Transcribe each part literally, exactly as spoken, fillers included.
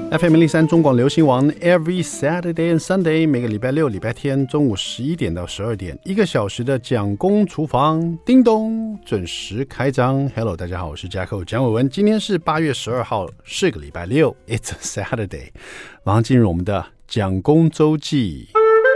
F M 零三中广流行网 Every Saturday and Sunday 每个礼拜六礼拜天中午十一点到十二点一个小时的蒋公厨房叮咚准时开张。 Hello 大家好，我是 Jacko 蒋伟文。今天是八月十二号，是个礼拜六， It's a Saturday。 马上进入我们的蒋公周记。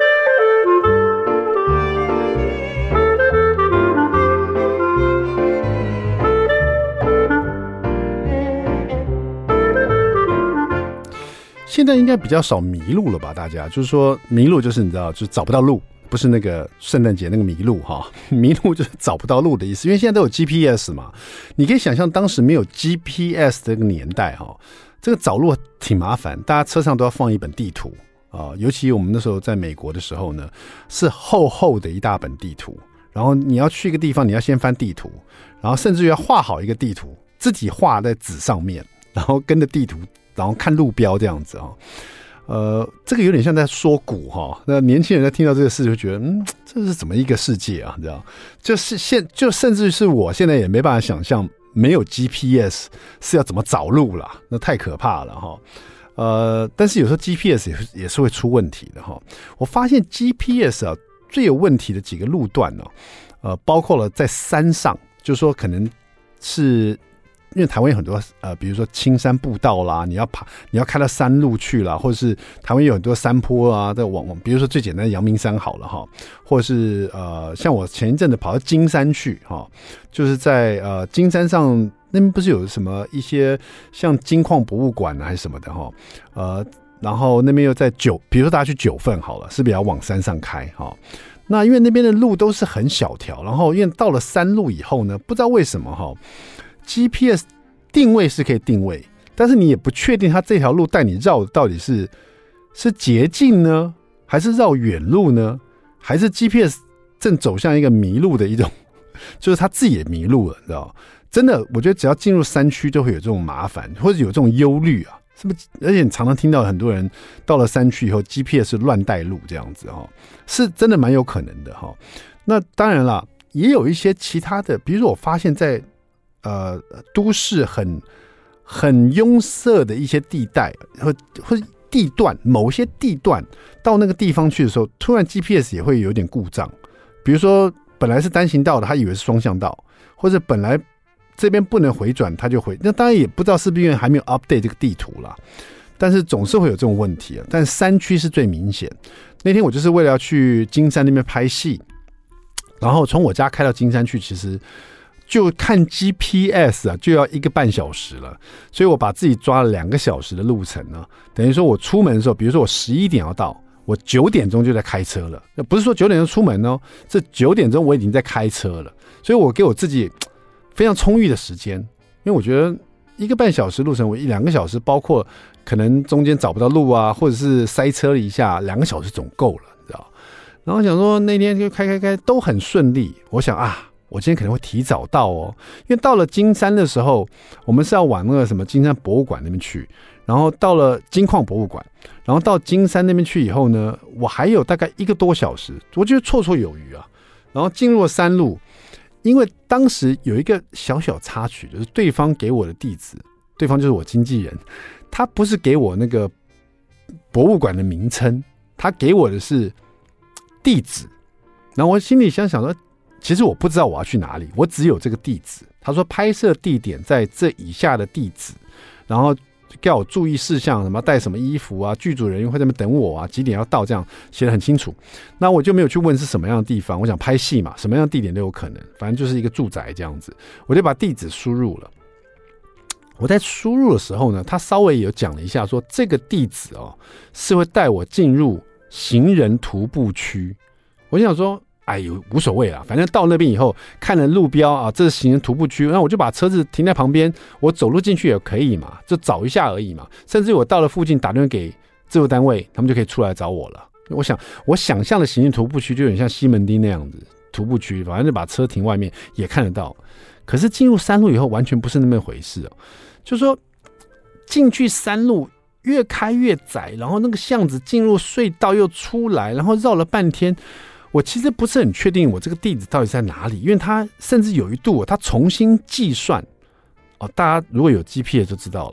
现在应该比较少迷路了吧？大家就是说迷路就是你知道，就是找不到路，不是那个圣诞节那个迷路哈，迷路就是找不到路的意思。因为现在都有 G P S 嘛，你可以想象当时没有 G P S 这个年代哈，这个找路挺麻烦，大家车上都要放一本地图啊。尤其我们那时候在美国的时候呢，是厚厚的一大本地图，然后你要去一个地方，你要先翻地图，然后甚至于要画好一个地图，自己画在纸上面，然后跟着地图。然后看路标这样子哦，呃，这个有点像在说古哈、哦。那年轻人在听到这个事就觉得，嗯，这是怎么一个世界啊？你知道，就是现就甚至是我现在也没办法想象，没有 G P S 是要怎么找路啦，那太可怕了哈、哦。呃，但是有时候 G P S 也是也是会出问题的哈、哦。我发现 G P S 啊最有问题的几个路段呢、哦，呃，包括了在山上，就是说可能是。因为台湾有很多呃，比如说青山步道啦，你要爬，你要开到山路去啦，或者是台湾有很多山坡啊，在往往，比如说最简单的阳明山好了哈，或者是呃，像我前一阵子跑到金山去哈，就是在呃金山上那边不是有什么一些像金矿博物馆啊还是什么的哈，呃，然后那边又在九，比如说大家去九份好了，是不是要往山上开哈？那因为那边的路都是很小条，然后因为到了山路以后呢，不知道为什么哈。G P S 定位是可以定位，但是你也不确定它这条路带你绕的到底是是捷径呢，还是绕远路呢，还是 G P S 正走向一个迷路的一种，就是他自己也迷路了，你知道？真的，我觉得只要进入山区都会有这种麻烦，或者有这种忧虑啊，是不是？而且你常常听到很多人到了山区以后 ，G P S 乱带路这样子哈，是真的蛮有可能的哈。那当然啦，也有一些其他的，比如说我发现在。呃，都市很很拥塞的一些地带或或地段，某些地段到那个地方去的时候，突然 G P S 也会有点故障。比如说，本来是单行道的，他以为是双向道，或者本来这边不能回转，他就回。那当然也不知道是不是因为还没有 update 这个地图啦，但是总是会有这种问题啊。但山区是最明显。那天我就是为了要去金山那边拍戏，然后从我家开到金山去，其实。就看 G P S 啊，就要一个半小时了，所以我把自己抓了两个小时的路程呢。等于说我出门的时候，比如说我十一点要到，我九点钟就在开车了。不是说九点钟出门哦，这九点钟我已经在开车了，所以我给我自己非常充裕的时间，因为我觉得一个半小时路程，我一两个小时，包括可能中间找不到路啊，或者是塞车了一下，两个小时总够了，你知道？然后想说那天就开开开都很顺利，我想啊。我今天可能会提早到哦，因为到了金山的时候，我们是要往那个什么金山博物馆那边去，然后到了金矿博物馆，然后到金山那边去以后呢，我还有大概一个多小时，我觉得绰绰有余啊。然后进入了山路，因为当时有一个小小插曲，就是对方给我的地址，对方就是我经纪人，他不是给我那个博物馆的名称，他给我的是地址，然后我心里想想说。其实我不知道我要去哪里，我只有这个地址。他说拍摄地点在这以下的地址，然后叫我注意事项，什么带什么衣服啊，剧组人员会在那边等我啊，几点要到，这样写得很清楚。那我就没有去问是什么样的地方，我想拍戏嘛，什么样的地点都有可能，反正就是一个住宅这样子，我就把地址输入了。我在输入的时候呢，他稍微有讲了一下说，这个地址哦是会带我进入行人徒步区。我就想说。哎呦，无所谓啦，反正到那边以后看了路标啊，这是行人徒步区，那我就把车子停在旁边，我走路进去也可以嘛，就找一下而已嘛。甚至我到了附近打电话给制作单位，他们就可以出来找我了。我想，我想象的行人徒步区就有点像西门町那样子徒步区，反正就把车停外面也看得到。可是进入山路以后，完全不是那么一回事哦。就是说进去山路越开越窄，然后那个巷子进入隧道又出来，然后绕了半天。我其实不是很确定我这个地址到底在哪里，因为它甚至有一度它重新计算哦，大家如果有 G P S 就知道了，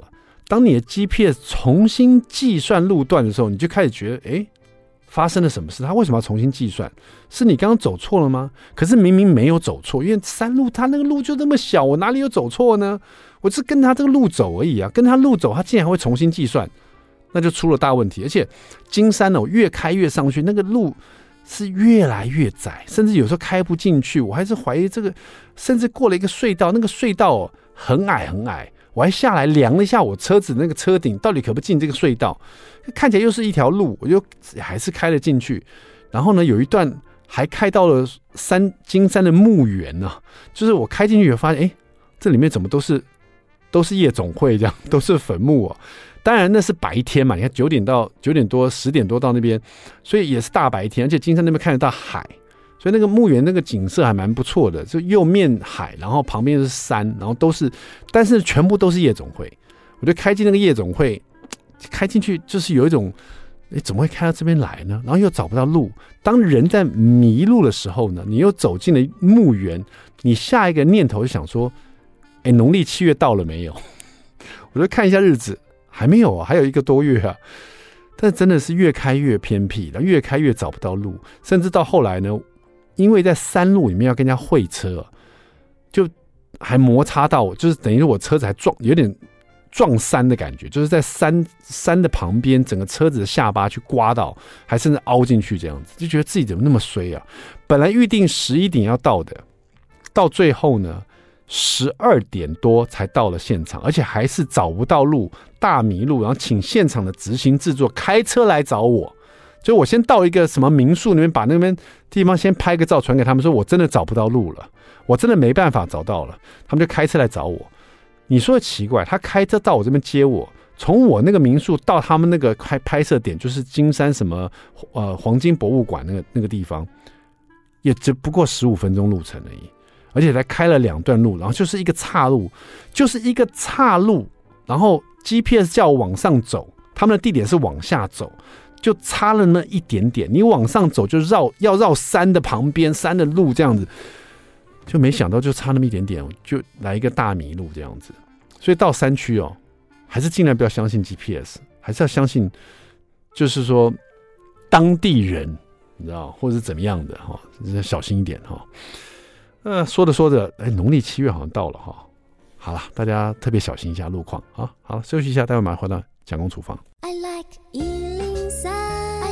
当你的 G P S 重新计算路段的时候，你就开始觉得，哎，发生了什么事？它为什么要重新计算？是你刚刚走错了吗？可是明明没有走错，因为山路它那个路就那么小，我哪里有走错呢？我是跟他这个路走而已啊，跟他路走，他竟然还会重新计算，那就出了大问题。而且金山哦，越开越上去，那个路是越来越窄，甚至有时候开不进去。我还是怀疑这个，甚至过了一个隧道，那个隧道哦很矮很矮。我还下来量了一下我车子那个车顶到底可不进这个隧道，看起来又是一条路，我就还是开了进去。然后呢，有一段还开到了山金山的墓园呢、啊，就是我开进去发现，哎，这里面怎么都是都是夜总会这样，都是坟墓哦。当然那是白天嘛，你看九点到九点多十点多到那边，所以也是大白天，而且金山那边看得到海。所以那个墓园那个景色还蛮不错的，就右面海，然后旁边是山，然后都是，但是全部都是夜总会。我就开进那个夜总会，开进去就是有一种，哎，怎么会开到这边来呢？然后又找不到路。当人在迷路的时候呢，你又走进了墓园，你下一个念头就想说，哎，农历七月到了没有？我就看一下日子，还没有啊，还有一个多月啊。但真的是越开越偏僻，然后越开越找不到路，甚至到后来呢。因为在山路里面要跟人家会车，就还摩擦到，就是等于我车子还撞，有点撞山的感觉，就是在山山的旁边，整个车子的下巴去刮到，还甚至凹进去这样子，就觉得自己怎么那么衰啊！本来预定十一点要到的，到最后呢十二点多才到了现场，而且还是找不到路，大迷路，然后请现场的执行制作开车来找我。就我先到一个什么民宿那边，把那边地方先拍个照传给他们，说我真的找不到路了，我真的没办法找到了。他们就开车来找我。你说的奇怪，他开车到我这边接我，从我那个民宿到他们那个拍拍摄点，就是金山什么呃黄金博物馆那个那个地方，也只不过十五分钟路程而已，而且才开了两段路，然后就是一个岔路，就是一个岔路，然后 G P S 叫我往上走，他们的地点是往下走。就差了那一点点，你往上走就绕要绕山的旁边，山的路这样子，就没想到就差那么一点点，就来一个大迷路这样子。所以到山区哦，还是尽量不要相信 G P S， 还是要相信，就是说当地人，你知道，或者是怎么样的哈，小心一点哈。呃，说着说着，哎，农历七月好像到了哈。好了，大家特别小心一下路况啊。好，休息一下，待会马上回到蒋公厨房。I like one oh three, I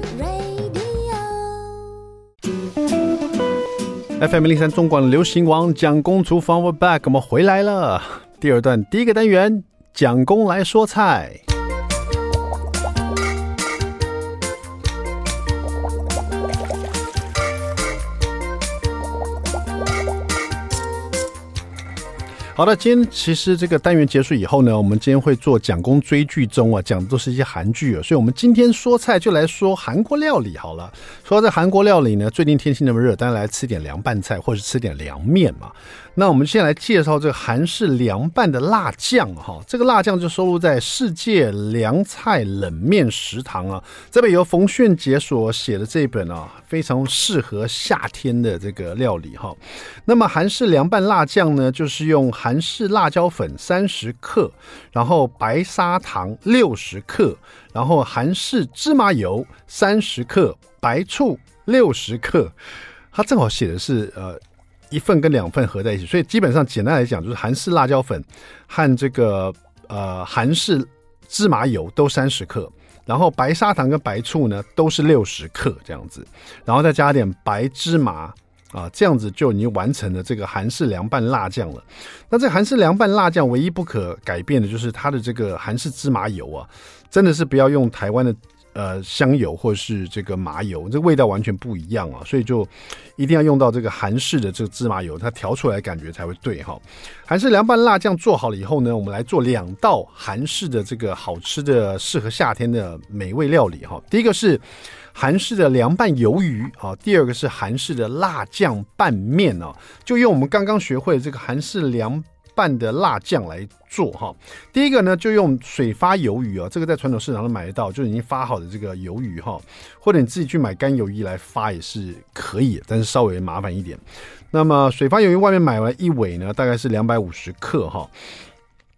like radio. F M 一零三中广流行网蒋公厨房 We're back， 我们回来了。第二段第一个单元，蒋公来说菜。好的，今天其实这个单元结束以后呢，我们今天会做蒋公追剧中啊，讲的都是一些韩剧啊，所以我们今天说菜就来说韩国料理好了。说到这韩国料理呢，最近天气那么热，当然来吃点凉拌菜或者吃点凉面嘛。那我们现在来介绍这个韩式凉拌的辣酱哈，这个辣酱就收录在世界凉菜冷面食堂啊，这本由冯炫杰所写的这本啊，非常适合夏天的这个料理哈。那么韩式凉拌辣酱呢，就是用韩式辣椒粉三十克，然后白砂糖六十克，然后韩式芝麻油三十克，白醋六十克。它正好写的是呃。一份跟两份合在一起，所以基本上简单来讲就是韩式辣椒粉和这个呃韩式芝麻油都三十克，然后白砂糖跟白醋呢都是六十克这样子，然后再加点白芝麻啊，这样子就已经完成了这个韩式凉拌辣酱了。那这韩式凉拌辣酱唯一不可改变的就是它的这个韩式芝麻油啊，真的是不要用台湾的呃，香油或是这个麻油，这个味道完全不一样啊，所以就一定要用到这个韩式的这个芝麻油，它调出来感觉才会对哈。韩式凉拌辣酱做好了以后呢，我们来做两道韩式的这个好吃的适合夏天的美味料理哈。第一个是韩式的凉拌鱿鱼啊，第二个是韩式的辣酱拌面啊，就用我们刚刚学会的这个韩式凉拌的辣酱来做哈。第一个呢，就用水发鱿鱼啊，这个在传统市场都买得到，就已经发好的这个鱿鱼哈，或者你自己去买干鱿鱼来发也是可以，但是稍微麻烦一点。那么水发鱿鱼外面买来一尾呢，大概是两百五十克哈。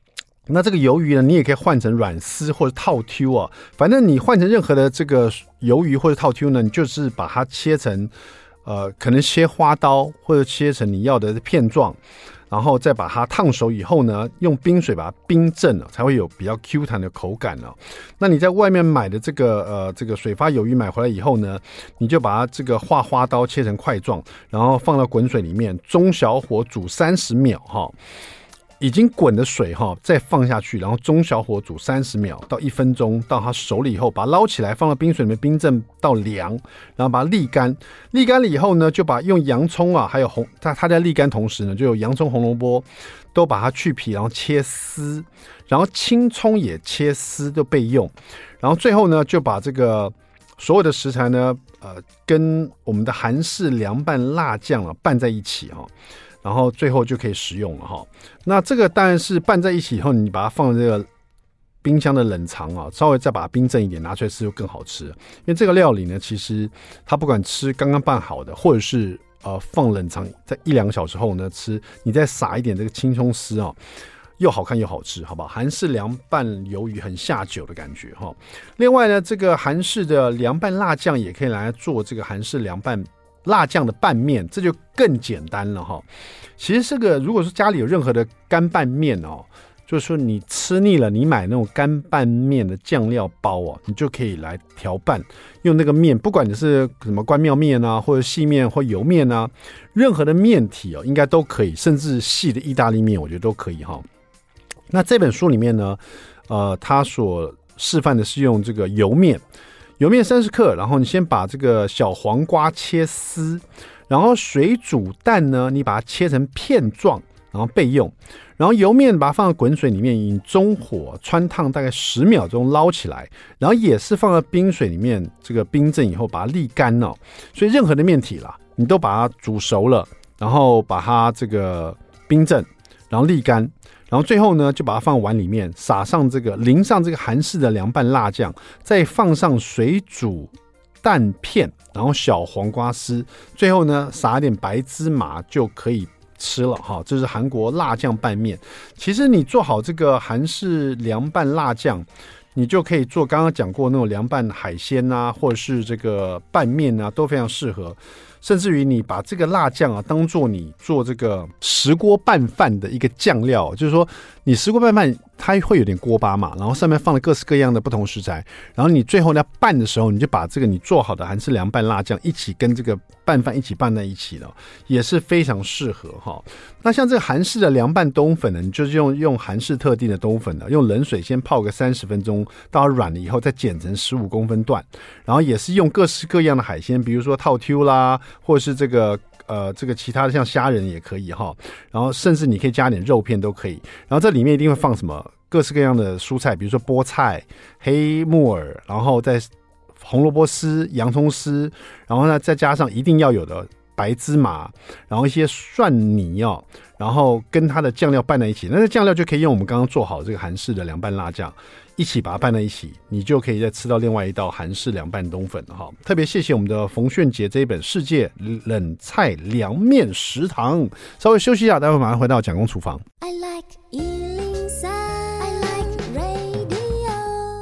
那这个鱿鱼呢，你也可以换成软丝或者套 Q 啊，反正你换成任何的这个鱿鱼或者套 Q 呢，你就是把它切成呃，可能切花刀或者切成你要的片状，然后再把它烫熟以后呢，用冰水把它冰镇了，才会有比较 Q 弹的口感了。那你在外面买的这个呃这个水发鱿鱼买回来以后呢，你就把它这个画花刀切成块状，然后放到滚水里面，中小火煮三十秒哈。已经滚的水哈，再放下去，然后中小火煮三十秒到一分钟，到它熟了以后，把它捞起来，放到冰水里面冰镇到凉，然后把它沥干。沥干了以后呢，就把用洋葱啊，还有红，它它在沥干同时呢，就有洋葱、红萝卜都把它去皮，然后切丝，然后青葱也切丝都备用。然后最后呢，就把这个所有的食材呢，呃，跟我们的韩式凉拌辣酱啊拌在一起哈。然后最后就可以食用了哈。那这个当然是拌在一起以后，你把它放在这个冰箱的冷藏啊，稍微再把它冰镇一点，拿出来吃就更好吃。因为这个料理呢，其实它不管吃刚刚拌好的，或者是呃放冷藏在一两个小时后呢吃，你再撒一点这个青葱丝啊，又好看又好吃，好不好？韩式凉拌鱿鱼很下酒的感觉哈。另外呢，这个韩式的凉拌辣酱也可以来做这个韩式凉拌辣酱的拌面，这就更简单了哈。其实这个如果说家里有任何的干拌面哦，就是说你吃腻了，你买那种干拌面的酱料包哦，你就可以来调拌，用那个面，不管你是什么关庙面啊，或者细面或油面啊，任何的面体哦，应该都可以，甚至细的意大利面，我觉得都可以哈。那这本书里面呢，呃，他所示范的是用这个油面。油面三十克，然后你先把这个小黄瓜切丝，然后水煮蛋呢，你把它切成片状，然后备用。然后油面把它放到滚水里面，以中火汆烫大概十秒钟捞起来，然后也是放到冰水里面，这个冰镇以后把它沥干哦。所以任何的面体啦，你都把它煮熟了，然后把它这个冰镇，然后沥干。然后最后呢，就把它放碗里面，撒上这个淋上这个韩式的凉拌辣酱，再放上水煮蛋片，然后小黄瓜丝，最后呢撒一点白芝麻就可以吃了哈。这是韩国辣酱拌面。其实你做好这个韩式凉拌辣酱，你就可以做刚刚讲过那种凉拌海鲜啊，或者是这个拌面啊，都非常适合。甚至于你把这个辣酱啊当做你做这个石锅拌饭的一个酱料，就是说你石锅拌饭它会有点锅巴嘛，然后上面放了各式各样的不同食材，然后你最后要拌的时候，你就把这个你做好的韩式凉拌辣酱一起跟这个拌饭一起拌在一起了，也是非常适合哈。那像这个韩式的凉拌冬粉呢，你就是用用韩式特定的冬粉呢，用冷水先泡个三十分钟，到它软了以后再剪成十五公分段，然后也是用各式各样的海鲜，比如说套 Q 啦，或者是这个呃这个其他的像虾仁也可以哈，然后甚至你可以加点肉片都可以，然后这里面一定会放什么各式各样的蔬菜，比如说菠菜、黑木耳，然后再红萝卜丝、洋葱丝，然后呢再加上一定要有的白芝麻，然后一些蒜泥哦，然后跟它的酱料拌在一起，那这酱料就可以用我们刚刚做好这个韩式的凉拌辣酱一起把它拌在一起，你就可以再吃到另外一道韩式凉拌冬粉哈。特别谢谢我们的冯炫杰这一本《世界冷菜凉面食堂》。稍微休息一下，待会马上回到蒋公厨房。I like 一零三 I like radio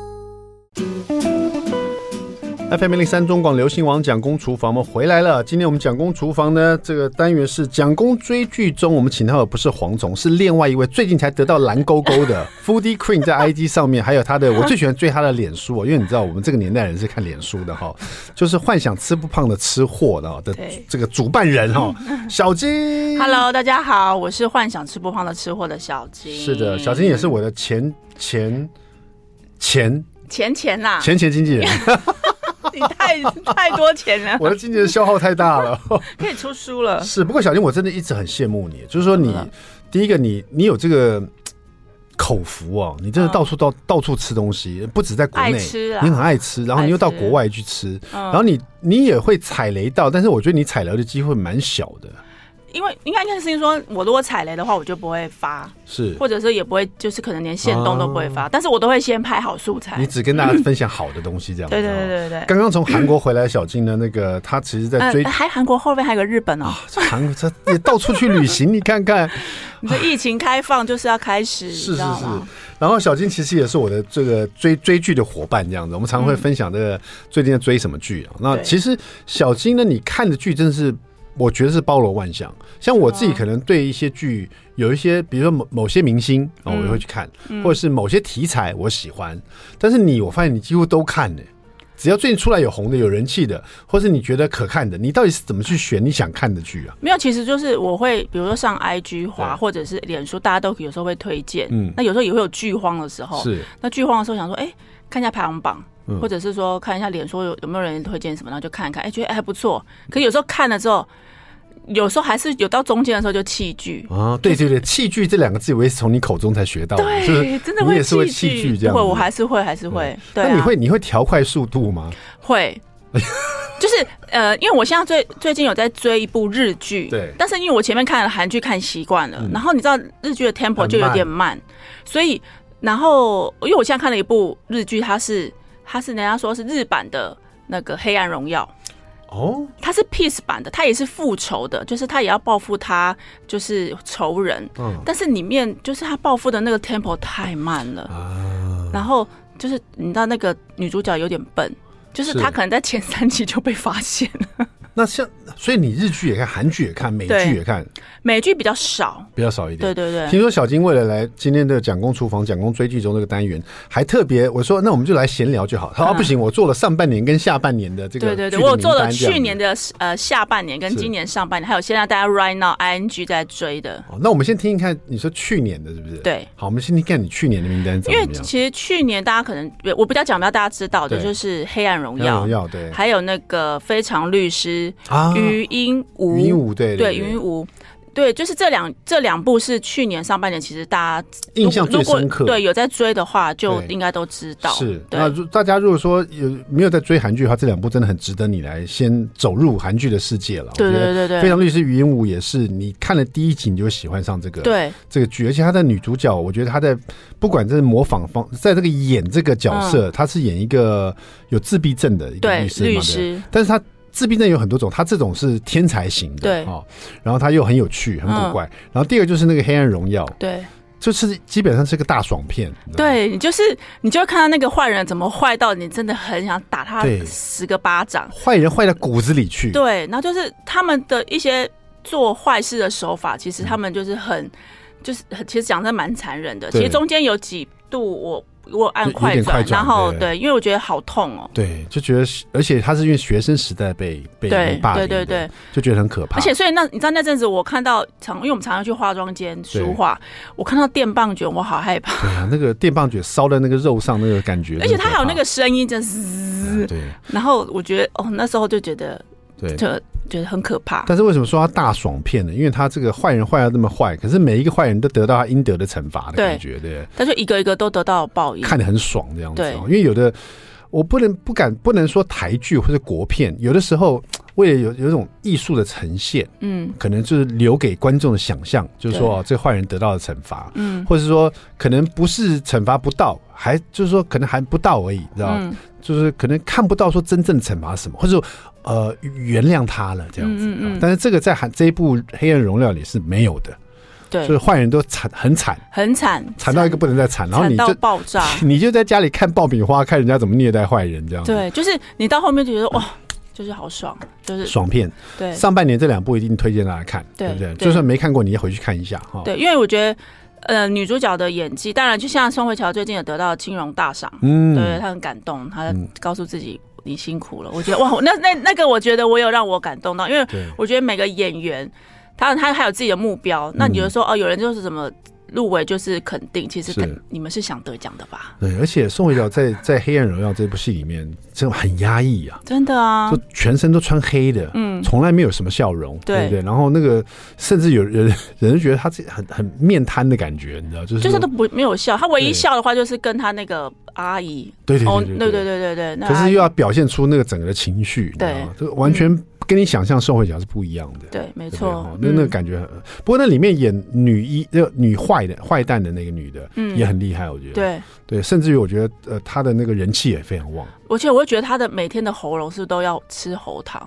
F M 一零三中广流行网蒋公厨房，我们回来了。今天我们蒋公厨房呢，这个单元是蒋公追剧中，我们请到的不是黄总，是另外一位最近才得到蓝勾勾的 Foodie Queen， 在 I G 上面，还有他的，我最喜欢追他的脸书，因为你知道我们这个年代人是看脸书的哈，就是幻想吃不胖的吃货的的这个主办人哈，小金。 Hello， 大家好，我是幻想吃不胖的吃货的小金。 是的，小金也是我的前前前前前啦， 前前经纪人。 你太太多钱了， 我的经纪人消耗太大了， 可以出书了。是，不过小金，我真的一直很羡慕你，就是说你，第一个你你有这个口福哦，你真的到处到、嗯、到处吃东西，不止在国内，你很爱吃，然后你又到国外去吃，然后你你也会踩雷到，但是我觉得你踩雷的机会蛮小的。 因为应该应该是说，我如果踩雷的话，我就不会发， 是， 或者是也不会，就是可能连限动都不会发，哦、但是我都会先拍好素材。 你只跟大家分享好的东西，这样子。 对对对对对。 刚刚从韩国回来的小金呢，那个他其实在追， 呃、还韩国后面还有个日本哦， 韩国他也到处去旅行，你看看。 你说疫情开放就是要开始， 是是是。然后小金其实也是我的这个追追剧的伙伴，这样子，我们常会分享这个最近在追什么剧啊。嗯、那其实小金呢，你看的剧真的是。我觉得是包罗万象，像我自己可能对一些剧有一些，比如说某某些明星啊、哦，我也会去看，嗯、或者是某些题材我喜欢。但是你，我发现你几乎都看呢。只要最近出来有红的、有人气的，或是你觉得可看的，你到底是怎么去选你想看的剧啊？ 没有，其实就是我会，比如说上 I G 滑，或者是脸书，大家都有时候会推荐。嗯，那有时候也会有剧荒的时候。是，那剧荒的时候想说，哎、欸，看一下排行榜。或者是说看一下脸书有有没有人推荐什么，然后就看一看，哎、欸，觉得、欸、还不错。可是有时候看了之后，有时候还是有到中间的时候就弃剧啊。对对对，弃剧这两个字我也是从你口中才学到的。 对， 就是真的会你也是会弃剧这样子。 会，我还是会，还是会。嗯、对、啊。 那你会你会调快速度吗？ 会。就是呃，因为我现在最最近有在追一部日剧，对，但是因为我前面看了韩剧看习惯了、嗯，然后你知道日剧的 tempo 就有点慢，所以然后因为我现在看了一部日剧，它是。它是人家说是日版的那个《黑暗荣耀》哦，它是 Peace 版的，它也是复仇的，就是他也要报复他就是仇人，嗯，但是里面就是他报复的那个 tempo 太慢了，啊，然后就是你知道那个女主角有点笨，就是她可能在前三集就被发现了。 那像，所以你日剧也看，韩剧也看，美剧也看， 美剧比较少， 比较少一点。 对对对。 听说小金为了来今天的蒋公厨房、蒋公追剧中这个单元，还特别我说，那我们就来闲聊就好。他说、嗯啊、不行，我做了上半年跟下半年的这个， 对对对，我有做了去年的呃下半年跟今年上半年，还有现在大家 right now I N G 在追的。 哦，那我们先听一看，你说去年的是不是？ 对。 好，我们先听看你去年的名单怎么样？ 因为其实去年大家可能我比较讲，比较大家知道的就是《黑暗荣耀》，黑暗荣耀对，还有那个《非常律师》啊。余英无， 余英无对对，余英无对，就是这两这两部是去年上半年，其实大家印象最深刻。 对，有在追的话，就应该都知道。 是，那大家如果说有没有在追韩剧的话，这两部真的很值得你来先走入韩剧的世界了。 对对对对， 非常律师余英无也是，你看了第一集你就喜欢上这个对这个剧，而且她的女主角，我觉得她在不管在模仿方，在这个演这个角色，她、嗯、是演一个有自闭症的一个律师嘛，律师，但是她。自闭症有很多种，他这种是天才型的，对、哦、然后他又很有趣，很古怪。嗯、然后第二个就是那个《黑暗荣耀》，对，就是基本上是个大爽片。 对，你就是你就会看到那个坏人怎么坏到你真的很想打他十个巴掌， 坏人坏到骨子里去。 对，然后就是他们的一些做坏事的手法，其实他们就是很，嗯、就是其实讲真蛮残忍的。其实中间有几度我。我按快转，然后 对, 对，因为我觉得好痛哦。 对，就觉得，而且他是因为学生时代被被霸凌的，对对对，就觉得很可怕。 而且，所以那你知道那阵子我看到常，因为我们常常去化妆间梳化，我看到电棒卷，我好害怕。 对啊，那个电棒卷烧在那个肉上，那个感觉， 而且它还有那个声音，就嘶、嗯。对。然后我觉得，哦，那时候就觉得。对，就觉得很可怕。 但是为什么说他大爽片呢？因为他这个坏人坏到那么坏，可是每一个坏人都得到他应得的惩罚的感觉，对，对他就一个一个都得到报应， 看得很爽这样子。对，因为有的我不能不敢不能说台剧或者国片，有的时候为了有有一种艺术的呈现，嗯，可能就是留给观众的想象，就是说、哦、这个坏人得到的惩罚，嗯，或者说可能不是惩罚不到，还就是说可能还不到而已，知道吗？嗯，就是可能看不到说真正的惩罚是什么，或者说呃原谅他了这样子。嗯嗯嗯，但是这个在韩这一部《黑暗荣耀》里是没有的。对，就是坏人都惨，很惨， 很惨， 惨到一个不能再惨，然后你就爆炸， 你就在家里看爆米花，看人家怎么虐待坏人这样子。 对，就是你到后面就觉得哇，就是好爽，就是爽片。对，上半年这两部一定推荐大家看， 对, 对不对？就算没看过，你也回去看一下哈。 对，因为我觉得。呃，女主角的演技，当然就像宋慧乔最近也得到青荣大赏，嗯，对，她很感动，她告诉自己你辛苦了。我觉得哇，那那那个我觉得我有让我感动到，因为我觉得每个演员他他还有自己的目标。那你就说、嗯、哦，有人就是什么入围就是肯定，其实你们是想得奖的吧？ 对，而且宋慧乔在在《黑暗荣耀》这部戏里面真的很压抑啊， 真的啊， 就全身都穿黑的，嗯，从来没有什么笑容，对, 对不对？然后那个甚至有人人觉得他很很面瘫的感觉，你知道，就是就是都不没有笑，他唯一笑的话就是跟他那个阿姨， 对对对对对对对对对对， 可是又要表现出那个整个的情绪，对，就完全跟你想象宋慧乔是不一样的。 对，没错， 那那个感觉很、嗯。不过那里面演女一、女坏的坏蛋的那个女的，嗯，也很厉害，我觉得。 对对，甚至于我觉得，呃，她的那个人气也非常旺。 而且我会觉得她的每天的喉咙是不是都要吃喉糖？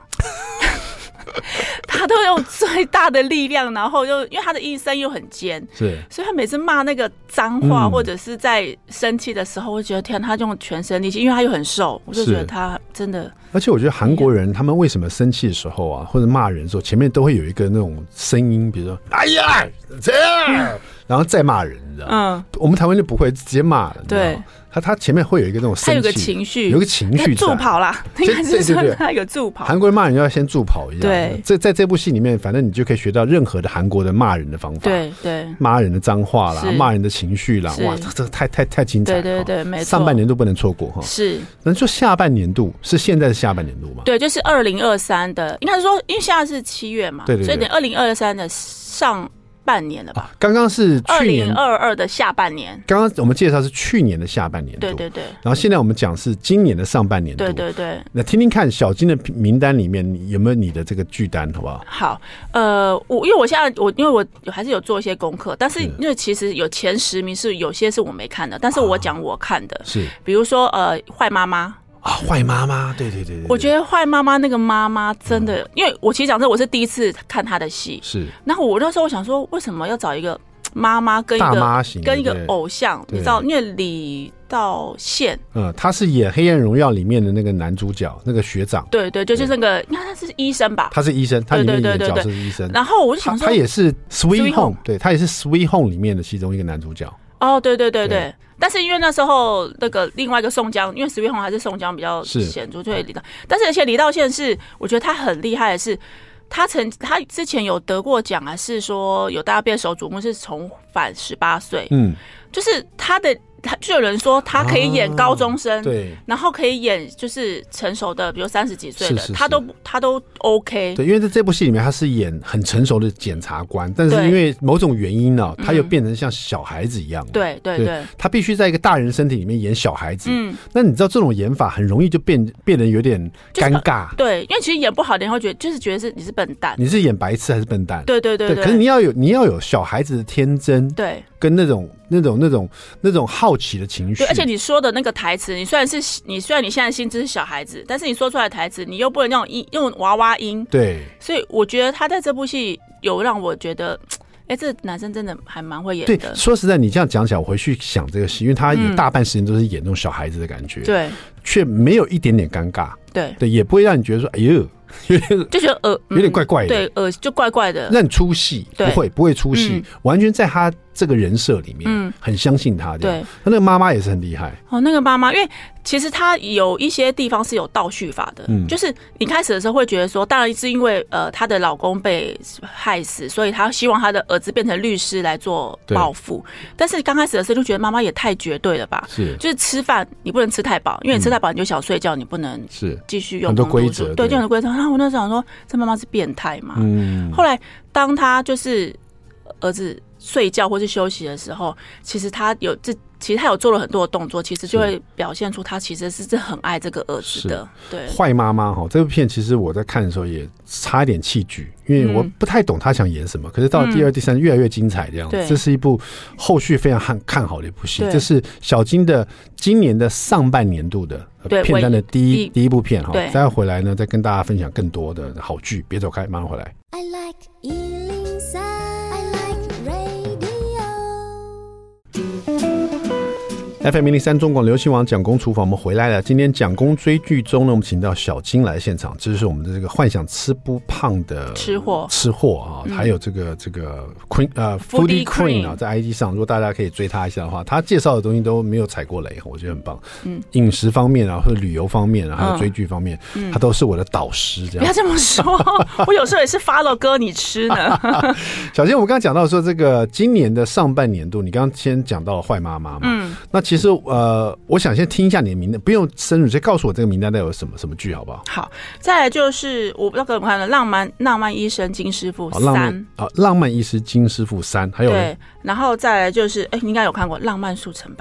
他都用最大的力量，然后又因为他的音声又很尖， 是， 所以他每次骂那个脏话、嗯、或者是在生气的时候，我觉得天，他用全身力气，因为他又很瘦，我就觉得他真的。 而且我觉得韩国人他们为什么生气的时候啊，或者骂人的时候，前面都会有一个那种声音，比如说“哎呀这样”，嗯、然后再骂人，你知道吗？嗯，我们台湾就不会直接骂了， 对。 他他前面会有一个那种生气， 他有个情绪， 有个情绪助跑啦，应该是说他有个助跑。 韩国人骂人要先助跑一下。 对， 在在这部戏里面，反正你就可以学到任何的韩国的骂人的方法。 对对， 骂人的脏话啦，骂人的情绪啦，哇，这个太太太精彩了。 对对对，没错。 上半年度不能错过哈。 是。 那就下半年度是现在的下半年度吗？ 对，就是二零二三的，应该是说，因为现在是七月嘛， 对对对， 所以等二零二三的上半年了吧？ 刚刚是去年二零二二的下半年。 刚刚我们介绍是去年的下半年度， 对对对。 然后现在我们讲是今年的上半年度， 对对对。 那听听看小金的名单里面有没有你的这个剧单，好不好？ 好，呃，我因为我现在我因为我还是有做一些功课，但是因为其实有前十名是有些是我没看的，但是我讲我看的， 啊、是比如说呃，坏妈妈。 啊，坏妈妈，对对 对, 对， 我觉得坏妈妈那个妈妈真的，嗯、因为我其实讲真，我是第一次看她的戏， 是。 然后我那时候我想说，为什么要找一个妈妈跟一个大妈型跟一个偶像？你知道，因为李道宪， 嗯，他是演《黑暗荣耀》里面的那个男主角，那个学长， 对对，就是那个，你看他是医生吧？ 他是医生，他里面的角色是医生。 然后我就想说， 他也是《Sweet Home》，对他也是《Sweet Home》里面的其中一个男主角。 哦，对对对 对, 对，但是因为那时候那个另外一个宋江，因为史威宏还是宋江比较显著，就会李道。但是而且李道宪是，我觉得他很厉害的是，他曾他之前有得过奖，还是说有大家备受瞩目，是重返十八岁，嗯，就是他的。他就有人说他可以演高中生，啊、对，然后可以演就是成熟的，比如三十几岁的，是是是他都他都 OK。 对，因为在这部戏里面他是演很成熟的检察官，但是因为某种原因呢、啊，他又变成像小孩子一样。 对对 对, 對， 他必须在一个大人身体里面演小孩子。嗯，那你知道这种演法很容易就变变得有点尴尬、 就是。对，因为其实演不好，人会觉得就是觉得是你是笨蛋， 你是演白痴还是笨蛋？ 对对 对, 對, 對。 可是你要有你要有小孩子的天真。 对。 跟那种那种那种那种好奇的情绪， 对，而且你说的那个台词，你虽然是你虽然你现在心智是小孩子，但是你说出来的台词，你又不能用音用娃娃音， 对， 所以我觉得他在这部戏有让我觉得，哎、欸，这男生真的还蛮会演的。 对，说实在，你这样讲起来，我回去想这个戏，因为他有大半时间都是演那种小孩子的感觉，对、嗯，却没有一点点尴尬， 对， 对，也不会让你觉得说，哎呦。 就觉得呃有点怪怪的， 对，呃就怪怪的， 让你出戏，不会不会出戏、嗯，完全在他这个人设里面，嗯，很相信他这样。对，那个妈妈也是很厉害哦。那个妈妈，因为其实他有一些地方是有倒叙法的，嗯，就是你开始的时候会觉得说，当然是因为呃她的老公被害死，所以她希望她的儿子变成律师来做报复。但是刚开始的时候就觉得妈妈也太绝对了吧？是，就是吃饭你不能吃太饱，因为你吃太饱你就想睡觉，你不能是继续用很多规则， 对，就很多规则。然后我那时候想说，这妈妈是变态嘛？嗯。后来当她就是儿子睡觉或是休息的时候，其实他有这，其实他有做了很多的动作，其实就会表现出他其实是很爱这个儿子的。对， 坏妈妈哈，这部片其实我在看的时候也差一点弃剧，因为我不太懂他想演什么。嗯、可是到第二、第三越来越精彩，这样子、嗯。这是一部后续非常看看好的一部戏，这是小金的今年的上半年度的片单的第一第一部片哈。待会回来呢，再跟大家分享更多的好剧，别走开，马上回来。I like一零三。F M 零零三中广流行网蒋公厨房，我们回来了。今天蒋公追剧中呢，我们请到小金来现场，这是我们的这个幻想吃不胖的吃货， 吃货啊，嗯、还有这个这个 Queen 呃 Foodie Queen 啊，在 I G 上，如果大家可以追他一下的话，他介绍的东西都没有踩过雷，我觉得很棒。嗯，饮食方面啊，或者旅游方面啊，还有追剧方面，嗯、他都是我的导师。这样不要这么说，我有时候也是 follow 哥你吃呢。 小金，我们刚刚讲到说这个今年的上半年度，你刚刚先讲到了坏妈妈嘛，嗯，那其实呃，我想先听一下你的名单，不用深入，直接告诉我这个名单带有什么什么剧，好不好？ 好，再来就是我不知道各位看了《浪漫浪漫医生金师傅三》 啊，《浪漫医师金师傅三》，还有对，然后再来就是哎，你应该有看过《浪漫速成班》。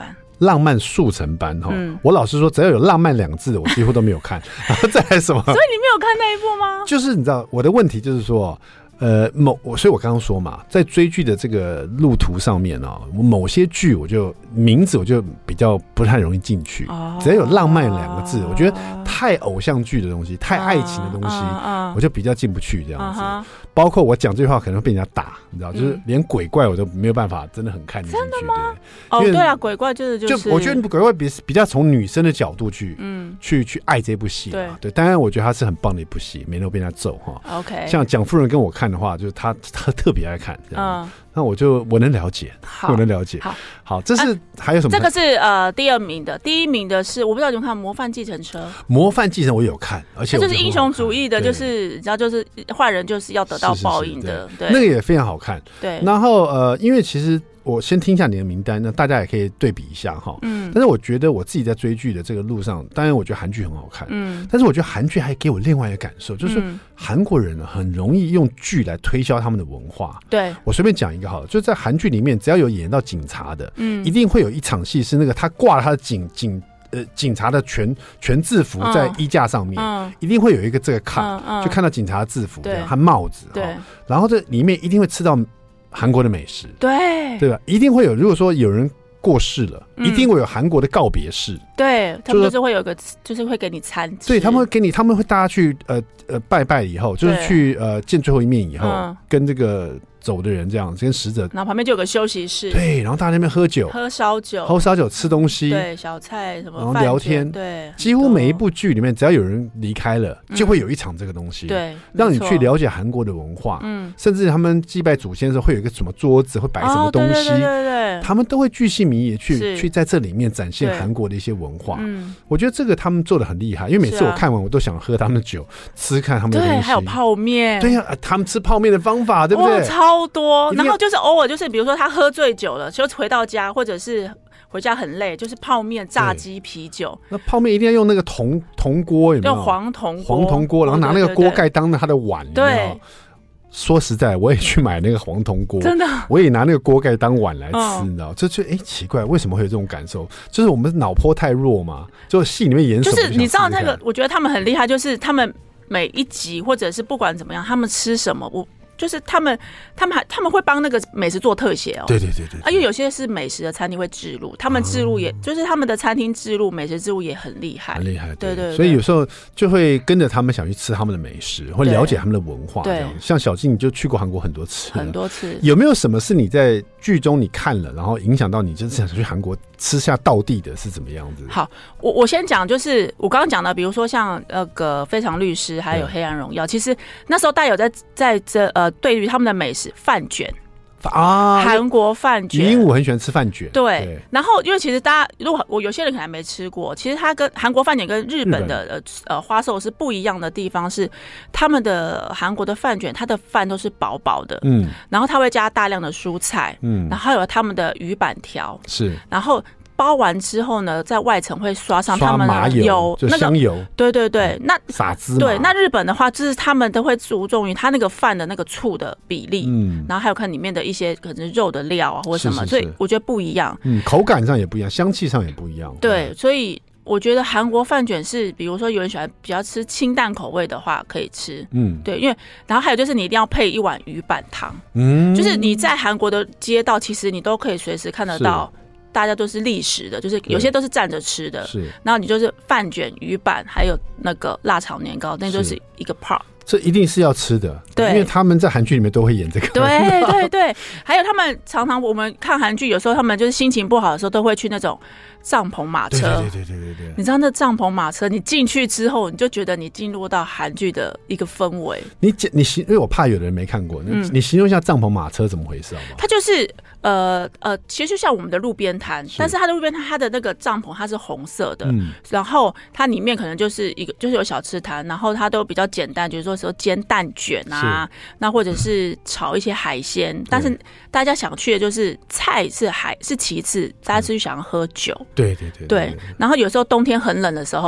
浪漫速成班哈、嗯，我老实说，只要有浪漫两个字，我几乎都没有看。然后再来什么？所以你没有看那一部吗？ 就是你知道我的问题就是说。呃，某所以我刚刚说嘛，在追剧的这个路途上面哦，某些剧我就名字我就比较不太容易进去。哦、只要有浪漫两个字，哦、我觉得太偶像剧的东西、太爱情的东西，哦、我就比较进不去这样子。哦、包括我讲这句话可能会被人家打，你知道，嗯、就是连鬼怪我都没有办法真的很看进去。 真的吗？哦，对啊，鬼怪就是就是， 就我觉得鬼怪比比较从女生的角度去，嗯，去去爱这部戏。对对，当然我觉得它是很棒的一部戏，没能被人家揍哈。 OK， 像蒋夫人跟我看的话，就是他。他特别爱看，嗯，那我就我能了解，我能了解。好，好，这是、啊、还有什么？ 这个是呃第二名的，第一名的是我不知道你们看《模范计程车》。 模范计程我有看，而且它就是英雄主义的，就是你知道，就是坏人就是要得到报应的，是是是 对, 对， 那个也非常好看。 对， 然后呃，因为其实。我先听一下你的名单，那大家也可以对比一下哈。嗯，但是我觉得我自己在追剧的这个路上，当然我觉得韩剧很好看。嗯，但是我觉得韩剧还给我另外一个感受，就是韩国人呢很容易用剧来推销他们的文化。 对， 我随便讲一个好了，就是在韩剧里面，只要有演到警察的，嗯，一定会有一场戏是那个他挂了他的警警呃警察的全全制服在衣架上面，嗯，一定会有一个这个卡，嗯嗯，就看到警察的制服这样，和帽子，对，然后这里面一定会吃到。韩国的美食， 对对吧？一定会有。如果说有人过世了，嗯、一定会有韩国的告别式。 对，他们就是会有一个，就是会给你餐吃。 对，他们会给你，他们会大家去呃呃拜拜以后，就是去呃见最后一面以后，嗯、跟这个走的人这样，跟死者。 然后旁边就有个休息室。 对，然后大家在那边喝酒， 喝烧酒， 喝烧酒，吃东西， 对，小菜什么， 然后聊天。 对， 几乎每一部剧里面，只要有人离开了，嗯、就会有一场这个东西， 对， 让你去了解韩国的文化。嗯，甚至他们祭拜祖先的时候，会有一个什么桌子，会摆什么东西， 哦、对, 对, 对, 对, 对， 他们都会巨细靡遗去去在这里面展现韩国的一些文化。嗯，我觉得这个他们做的很厉害，因为每次我看完，我都想喝他们的酒，吃看他们的东西。 对，还有泡面。 对呀、啊，他们吃泡面的方法，对不对？ 超多。然后就是偶尔就是比如说他喝醉酒了，就回到家或者是回家很累，就是泡面、炸鸡、啤酒。 那泡面一定要用那个铜铜锅，有没有？ 用黄铜黄铜锅，然后拿那个锅盖当他的碗。对, 对, 对, 对。说实在，我也去买那个黄铜锅， 真的， 我也拿那个锅盖当碗来吃，嗯、你知道？这就哎奇怪，为什么会有这种感受？就是我们脑波太弱嘛？就戏里面演什么？ 就是你知道那个，我觉得他们很厉害，就是他们每一集或者是不管怎么样，他们吃什么，我。就是他们，他们还他们会帮那个美食做特写哦。 对对对对。 啊，因为有些是美食的餐厅会置入，他们置入也、哦、就是他们的餐厅置入美食置入也很厉害， 很厉害。 对 对, 对。 所以有时候就会跟着他们想去吃他们的美食，或了解他们的文化。这样，像小静你就去过韩国很多次， 很多次。 有没有什么是你在剧中你看了，然后影响到你，就是想去韩国吃下道地的是怎么样子？ 好，我我先讲，就是我刚刚讲的，比如说像那个《非常律师》还有《黑暗荣耀》，其实那时候大家有在在这呃，对于他们的美食饭卷啊，韩国饭卷， 因为我很喜欢吃饭卷。 对，对然后因为其实大家如果我有些人可能还没吃过，其实它跟韩国饭卷跟日本的日本呃花寿司不一样的地方是，他们的韩国的饭卷，它的饭都是薄薄的，嗯，然后它会加大量的蔬菜，嗯，然后还有他们的鱼板条， 是， 然后。包完之后呢，在外层会刷上他们的油，就香油。 那个、对对对，那撒芝麻。 对，那日本的话，就是他们都会注重于它那个饭的那个醋的比例，嗯，然后还有看里面的一些可能肉的料啊或者什么，是是是所以我觉得不一样。 嗯，口感上也不一样，香气上也不一样。 对，嗯、所以我觉得韩国饭卷是，比如说有人喜欢比较吃清淡口味的话，可以吃。嗯，对，因为然后还有就是你一定要配一碗鱼板汤。嗯，就是你在韩国的街道，其实你都可以随时看得到。大家都是立食的，就是有些都是站着吃的，是。然后你就是饭卷、鱼板，还有那个辣炒年糕，那就是一个 part。 这一定是要吃的， 对， 因为他们在韩剧里面都会演这个。 对对对，还有他们常常我们看韩剧，有时候他们就是心情不好的时候，都会去那种帐篷马车。 对对对对对对。 你知道那帐篷马车，你进去之后，你就觉得你进入到韩剧的一个氛围。 你你形，因为我怕有的人没看过，嗯、你形容一下帐篷马车怎么回事好不好？ 它就是呃呃，其实就像我们的路边摊，但是它的路边摊，它的那个帐篷它是红色的，嗯、然后它里面可能就是一个就是有小吃摊，然后它都比较简单，就是说说煎蛋卷啊，那或者是炒一些海鲜，但是大家想去的就是菜是海是其次，大家是想要喝酒。 对对 对, 对, 对, 对, 对。然后有时候冬天很冷的时候，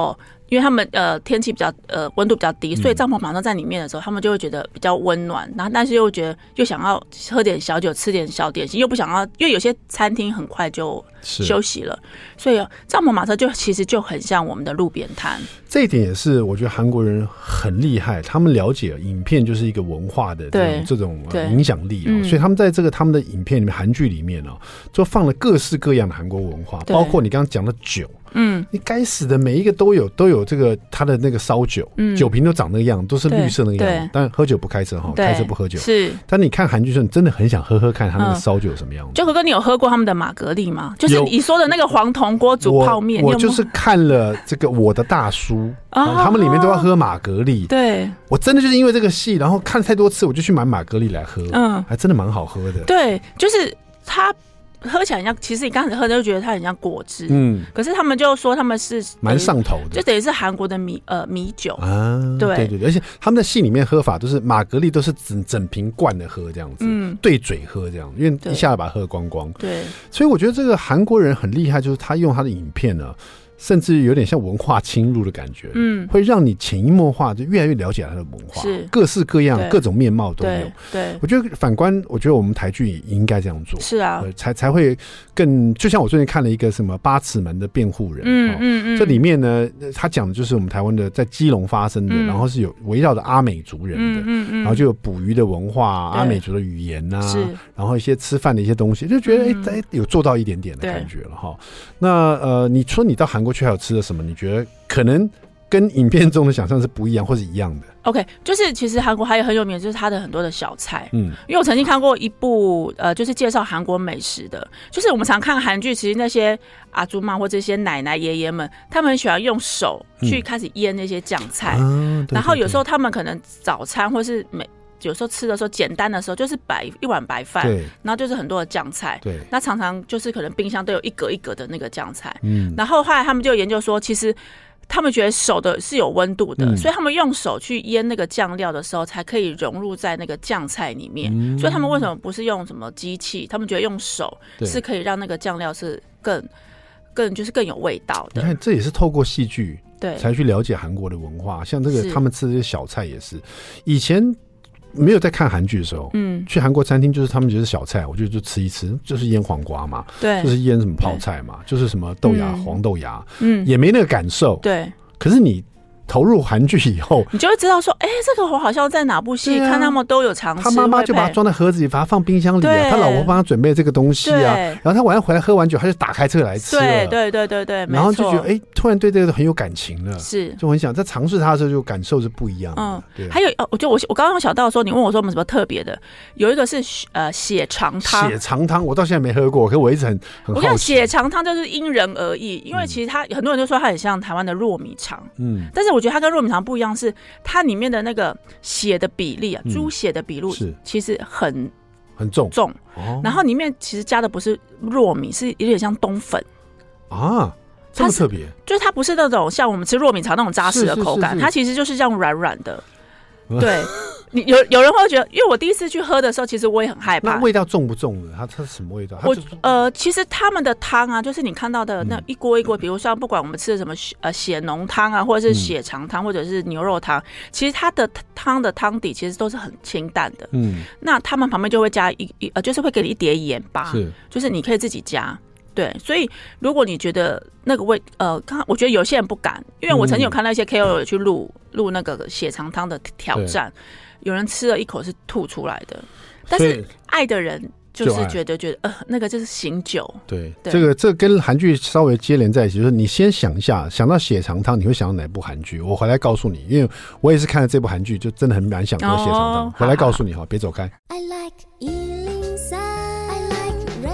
因为他们呃天气比较呃温度比较低，所以帐篷马上在里面的时候，他们就会觉得比较温暖，然后但是又觉得又想要喝点小酒，吃点小点心，又不想要，因为有些餐厅很快就休息了，所以帐篷马车就其实就很像我们的路边摊。这一点也是我觉得韩国人很厉害，他们了解影片就是一个文化的这种这种、呃、影响力、哦嗯、所以他们在这个他们的影片里面，韩剧里面哦，就放了各式各样的韩国文化，包括你刚刚讲的酒。嗯，你该死的每一个都有都有这个他的那个烧酒、嗯，酒瓶都长那个样，都是绿色那个样。但喝酒不开车哈，开车不喝酒。是，但你看韩剧的时候，你真的很想喝喝看他那个烧酒什么样子。 就哥哥，你有喝过他们的玛格丽吗？就是你说的那个黄铜锅煮泡面。 我, 我就是看了这个《我的大叔》哦，他们里面都要喝玛格丽。对，我真的就是因为这个戏，然后看太多次，我就去买玛格丽来喝。嗯，还真的蛮好喝的。 对，就是它。喝起来很像，其实你刚开始喝就觉得它很像果汁，嗯，可是他们就说他们是蛮上头的， 就等于是韩国的米呃米酒啊，对对对，而且他们的戏里面喝法都是玛格丽都是整整瓶灌的喝这样子，嗯，对嘴喝这样，因为一下子把它喝光光，对，所以我觉得这个韩国人很厉害，就是他用他的影片呢。甚至有点像文化侵入的感觉，嗯，会让你潜移默化就越来越了解它的文化，是各式各样、各种面貌都有。对，对我觉得反观，我觉得我们台剧也应该这样做，是啊，才才会更。就像我最近看了一个什么八尺门的辩护人，嗯嗯嗯，这里面呢，他讲的就是我们台湾的在基隆发生的，嗯、然后是有围绕着阿美族人的，嗯嗯嗯，然后就有捕鱼的文化、阿美族的语言呐、啊，然后一些吃饭的一些东西，就觉得哎哎、嗯、有做到一点点的感觉了哈。那呃，你说你到韩国去还有吃了什么？你觉得可能跟影片中的想象是不一样，或是一样的 ？OK， 就是其实韩国还有很有名，就是它的很多的小菜。嗯，因为我曾经看过一部呃，就是介绍韩国美食的，就是我们常看韩剧，其实那些阿祖妈或这些奶奶爷爷们，他们很喜欢用手去开始腌那些酱菜、嗯啊，然后有时候他们可能早餐或是每。有时候吃的时候简单的时候就是白一碗白饭，然后就是很多的酱菜，对，那常常就是可能冰箱都有一格一格的那个酱菜，嗯，然后后来他们就研究说，其实他们觉得手的是有温度的、嗯，所以他们用手去腌那个酱料的时候，才可以融入在那个酱菜里面、嗯。所以他们为什么不是用什么机器？他们觉得用手是可以让那个酱料是更更就是更有味道的。 你看，这也是透过戏剧对才去了解韩国的文化，像这个他们吃这些小菜也是以前。没有在看韩剧的时候，嗯，去韩国餐厅就是他们觉得小菜，我觉得就吃一吃，就是腌黄瓜嘛，对，就是腌什么泡菜嘛，就是什么豆芽、嗯、黄豆芽，嗯，也没那个感受，对。可是你投入韩剧以后， 你就会知道说，哎、欸，这个我好像在哪部戏、啊、看他们都有尝试。 他妈妈就把它装在盒子里，把它放冰箱里啊。他老婆帮他准备这个东西啊，然后他晚上回来喝完酒，他就打开这个来吃了。 对对对对对， 然后就觉得，哎、欸，突然对这个很有感情了，是，就很想在尝试它的时候，就感受是不一样的。嗯，对。 还有，我就我我刚刚想到说，你问我说有没有什么特别的，有一个是呃血肠汤。 血肠汤我到现在没喝过，可是我一直很很好奇。我看血肠汤就是因人而异，因为其实它、嗯、很多人就说它很像台湾的糯米肠，嗯，但是我觉得它跟糯米肠不一样。不一样是它里面的那个血的比例啊，嗯、猪血的比例其实很很重重、哦，然后里面其实加的不是糯米，是有点像冬粉啊，这么特别， 就是它不是那种像我们吃糯米肠那种扎实的口感，是是是是它其实就是这样软软的，对。你有有人会觉得，因为我第一次去喝的时候，其实我也很害怕。 那味道重不重的？它它是什么味道？ 我呃，其实他们的汤啊，就是你看到的那一锅一锅，嗯、比如说不管我们吃的什么呃血浓汤啊，或者是血肠汤，嗯、或者是牛肉汤，其实它的汤的汤底其实都是很清淡的。嗯，那他们旁边就会加一一呃，就是会给你一碟盐巴，是，就是你可以自己加。对，所以如果你觉得那个味，呃，刚刚我觉得有些人不敢，因为我曾经有看到一些 K O L 有去录录那个血肠汤的挑战。有人吃了一口是吐出来的，但是爱的人就是觉得觉得呃，那个就是醒酒。对， 对这个这个跟韩剧稍微接连在一起，就是你先想一下，想到血肠汤，你会想到哪部韩剧？我回来告诉你，因为我也是看了这部韩剧，就真的很蛮想喝血肠汤。哦、回来告诉你哈，别走开。I like one oh three, I like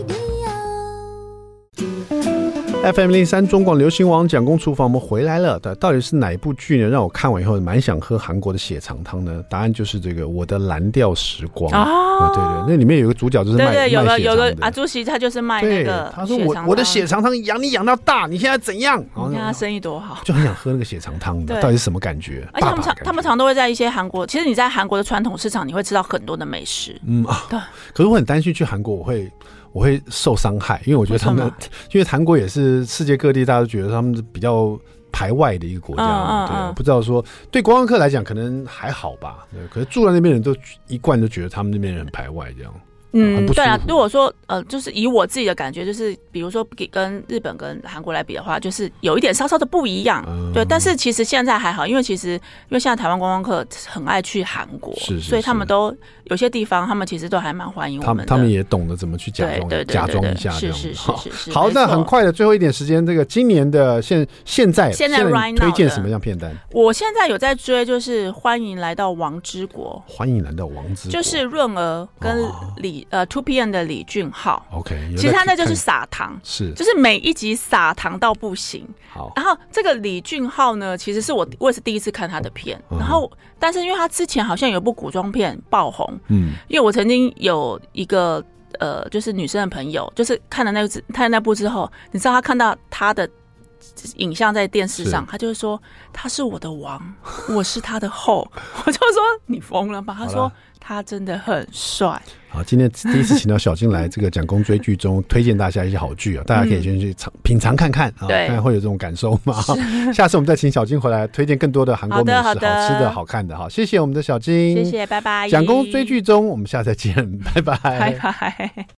radio。F M 零三中广流行网蒋公厨房，我们回来了。到底是哪一部剧呢？让我看完以后蛮想喝韩国的血肠汤呢？答案就是这个《我的蓝调时光》哦，对对，那里面有个主角就是卖对对有个有个阿朱熹，他就是卖那个他说我我的血肠汤养你养到大，你现在怎样？ 你看他生意多好， 就很想喝那个血肠汤的，到底是什么感觉？ 而且他们常他们常都会在一些韩国，其实你在韩国的传统市场，你会吃到很多的美食。嗯啊，对。 可是我很担心去韩国，我会。我会受伤害，因为我觉得他们，因为韩国也是世界各地大家都觉得他们比较排外的一个国家，嗯嗯嗯对，不知道说对观光客来讲可能还好吧，对，可是住在那边人都一贯都觉得他们那边人很排外这样。 嗯，对啊，如果说呃，就是以我自己的感觉，就是比如说跟日本跟韩国来比的话，就是有一点稍稍的不一样，嗯、对。但是其实现在还好，因为其实因为现在台湾观光客很爱去韩国， 是是是， 所以他们都有些地方他们其实都还蛮欢迎我们的， 他们他们也懂得怎么去假装， 对对对对对假装一下这样子。 是是是是是。 好，那很快的最后一点时间，这个今年的现现在现在 right now 推荐什么样片单？ 我现在有在追，就是欢迎来到王之国， 欢迎来到王之国， 就是润儿跟李、哦、呃 two P M 的李俊浩 ，OK， 其实他那就是撒糖， 是， 就是每一集撒糖到不行。 好， 然后这个李俊浩呢，其实是我我也是第一次看他的片，嗯、然后但是因为他之前好像有一部古装片爆红，嗯，因为我曾经有一个呃，就是女生的朋友，就是看了那部看了那部之后，你知道他看到他的影像在电视上，他就会说他是我的王，我是他的后，我就说你疯了吧？他说他真的很帅。 好，今天第一次请到小金来这个讲公追剧中推荐大家一些好剧啊，大家可以先去尝品尝看看啊，看看会有这种感受吗？下次我们再请小金回来推荐更多的韩国美食， 好, 好吃的好看的哈。谢谢我们的小金， 谢谢，拜拜。 讲公追剧中，我们下次再见，拜拜， 拜拜。